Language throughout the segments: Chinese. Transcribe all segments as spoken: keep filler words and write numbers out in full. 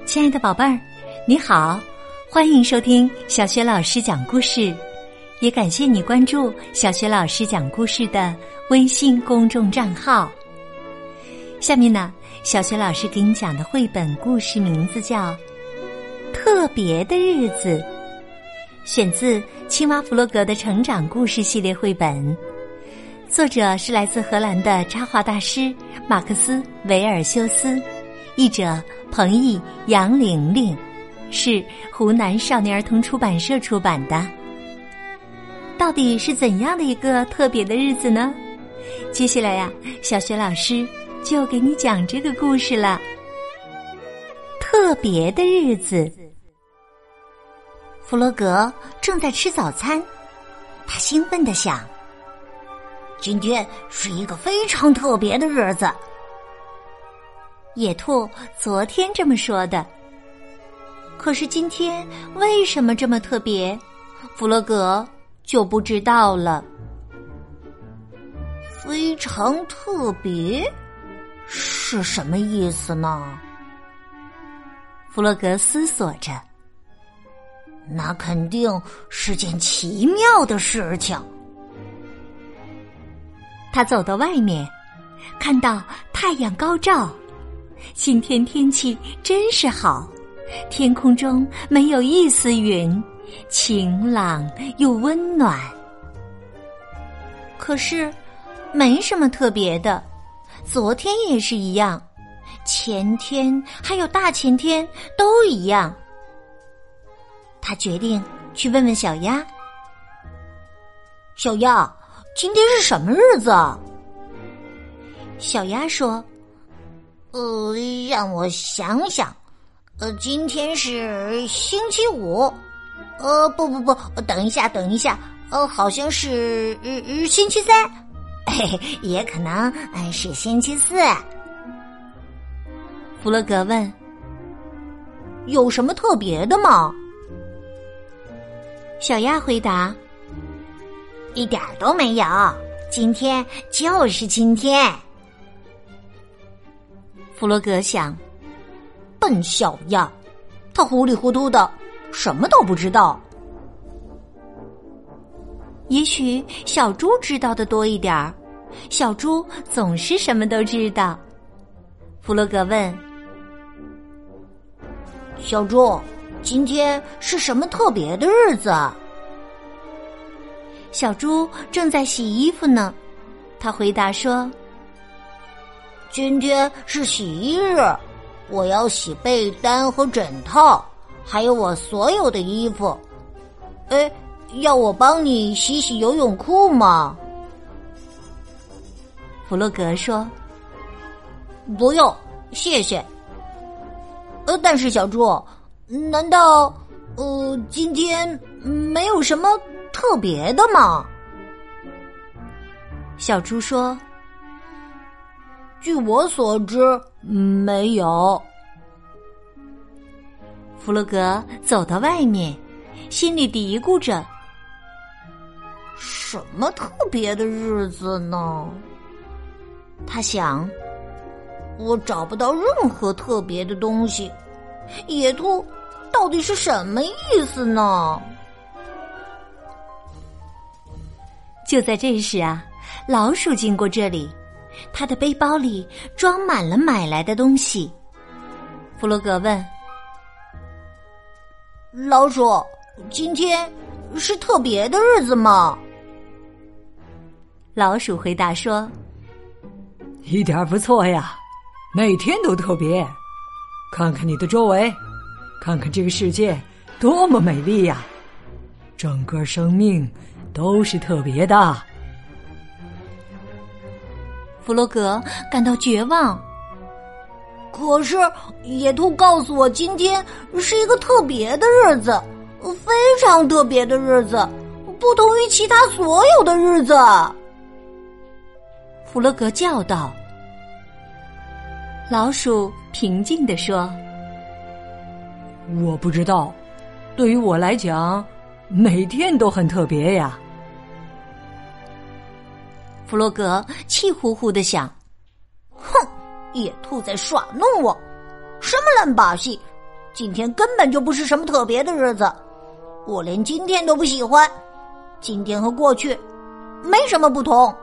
亲爱的宝贝儿，你好，欢迎收听小雪老师讲故事，也感谢你关注小雪老师讲故事的微信公众账号。下面呢，小雪老师给你讲的绘本故事名字叫《特别的日子》，选自青蛙弗洛格的成长故事系列绘本，作者是来自荷兰的插画大师马克思·维尔修斯，译者彭毅、杨玲玲，是湖南少年儿童出版社出版的。到底是怎样的一个特别的日子呢？接下来呀、啊，小雪老师就给你讲这个故事了。特别的日子，弗洛格正在吃早餐，他兴奋地想， 今天是一个非常特别的日子。 野兔昨天这么说的，可是今天为什么这么特别，弗洛格就不知道了。 非常特别是什么意思呢？ 弗洛格思索着。 那肯定是件奇妙的事情。 他走到外面，看到太阳高照，今天天气真是好，天空中没有一丝云，晴朗又温暖。可是没什么特别的，昨天也是一样，前天还有大前天都一样。他决定去问问小鸭。 小鸭，今天是什么日子？ 小鸭说， 呃，让我想想，呃，今天是星期五，呃，不不不，等一下，等一下，呃，好像是呃呃星期三，嘿嘿，也可能呃是星期四。 弗洛格问：“ 有什么特别的吗？” 小鸭回答：“ 一点儿都没有，今天就是今天。” 弗洛格想， 笨小鸭，他糊里糊涂的，什么都不知道。 也许小猪知道的多一点儿，小猪总是什么都知道。弗洛格问：“ 小猪，今天是什么特别的日子？” 小猪正在洗衣服呢，他回答说：“ 今天是洗衣日，我要洗被单和枕套，还有我所有的衣服。哎，要我帮你洗洗游泳裤吗？” 弗洛格说：“ 不用，谢谢。呃，但是小猪，难道呃今天没有什么特别的吗？” 小猪说：“ 据我所知，没有。” 弗洛格走到外面，心里嘀咕着：“ 什么特别的日子呢？”他想，我找不到任何特别的东西，野兔到底是什么意思呢？ 就在这时啊，老鼠经过这里，他的背包里装满了买来的东西。弗洛格问：“ 老鼠，今天是特别的日子吗？” 老鼠回答说：“ 一点不错呀，每天都特别。看看你的周围，看看这个世界多么美丽呀！整个生命都是特别的。” 弗洛格感到绝望。 可是野兔告诉我，今天是一个特别的日子，非常特别的日子，不同于其他所有的日子。 弗洛格叫道。老鼠平静地说：“ 我不知道，对于我来讲，每天都很特别呀。” 弗洛格气呼呼地想：“ 哼，野兔在耍弄我，什么烂把戏！ 今天根本就不是什么特别的日子，我连今天都不喜欢。今天和过去没什么不同。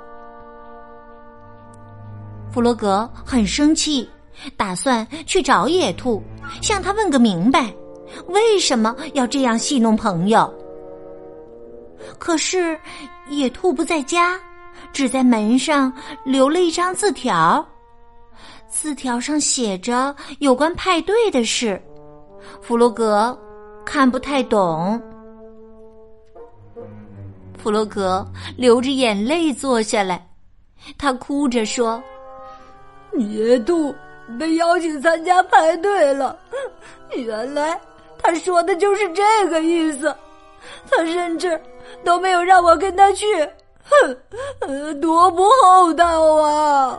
弗洛格很生气，打算去找野兔，向他问个明白，为什么要这样戏弄朋友。可是野兔不在家，只在门上留了一张字条，字条上写着有关派对的事，弗洛格看不太懂。弗洛格流着眼泪坐下来，他哭着说： 野兔被邀请参加派对了，原来他说的就是这个意思，他甚至都没有让我跟他去，哼，多不厚道啊！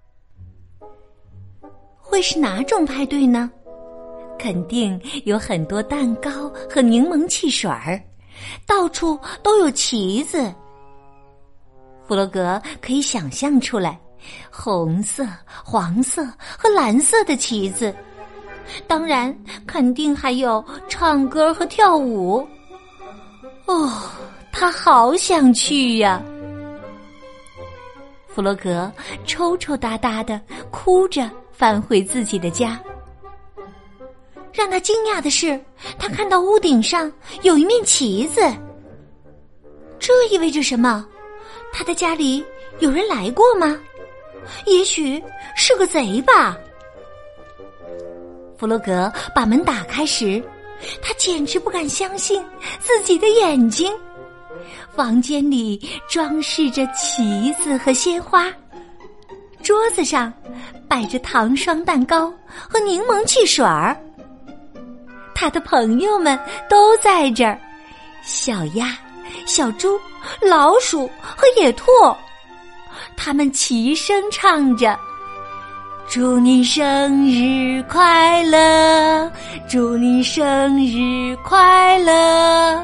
会是哪种派对呢？肯定有很多蛋糕和柠檬汽水儿，到处都有旗子。弗洛格可以想象出来，红色、黄色和蓝色的旗子，当然肯定还有唱歌和跳舞。哦，他好想去呀！弗洛格抽抽搭搭的哭着返回自己的家。让他惊讶的是，他看到屋顶上有一面旗子。这意味着什么？他的家里有人来过吗？也许是个贼吧。弗洛格把门打开时，他简直不敢相信自己的眼睛。房间里装饰着旗子和鲜花，桌子上摆着糖霜蛋糕和柠檬汽水儿。他的朋友们都在这儿，小鸭、小猪、老鼠和野兔，他们齐声唱着：祝你生日快乐，祝你生日快乐。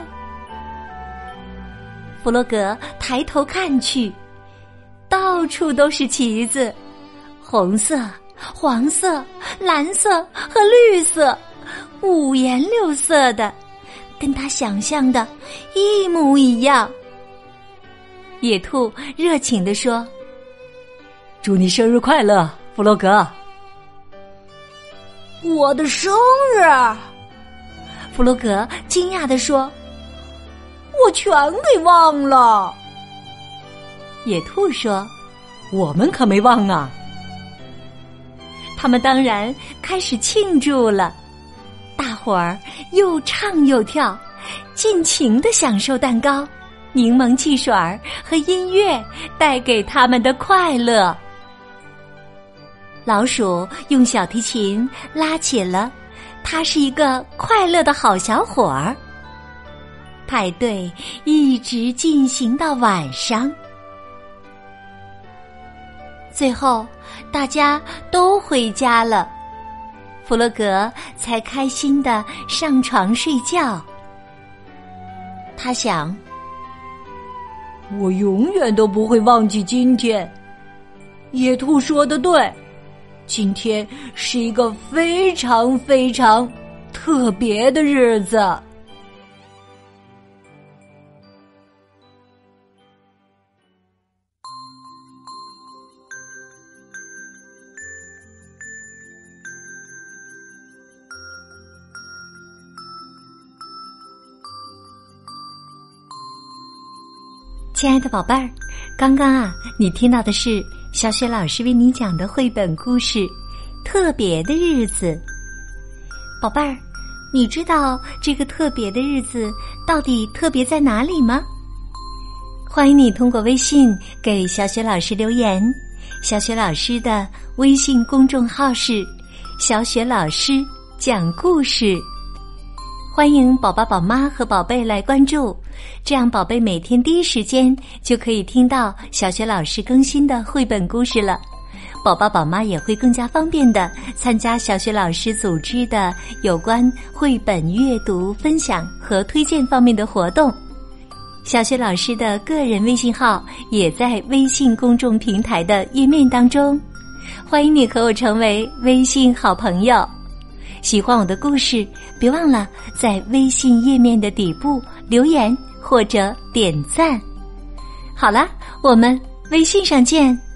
弗洛格抬头看去，到处都是旗子，红色、黄色、蓝色和绿色，五颜六色的，跟他想象的一模一样。野兔热情地说： 祝你生日快乐，弗洛格。 我的生日？ 弗洛格惊讶地说： 我全给忘了。 野兔说： 我们可没忘啊。 他们当然开始庆祝了，大伙儿又唱又跳，尽情地享受蛋糕、柠檬汽水儿和音乐带给他们的快乐。老鼠用小提琴拉起了他是一个快乐的好小伙儿。派对一直进行到晚上，最后大家都回家了，弗洛格才开心地上床睡觉。他想， 我永远都不会忘记今天。野兔说的对，今天是一个非常非常特别的日子。 亲爱的宝贝儿，刚刚啊，你听到的是小雪老师为你讲的绘本故事《特别的日子》。宝贝儿，你知道这个特别的日子到底特别在哪里吗？欢迎你通过微信给小雪老师留言。小雪老师的微信公众号是小雪老师讲故事，欢迎宝宝宝妈和宝贝来关注，这样宝贝每天第一时间就可以听到小雪老师更新的绘本故事了。宝宝宝妈也会更加方便的参加小雪老师组织的有关绘本阅读分享和推荐方面的活动。小雪老师的个人微信号也在微信公众平台的页面当中，欢迎你和我成为微信好朋友。 喜欢我的故事，别忘了在微信页面的底部留言或者点赞。好了，我们微信上见。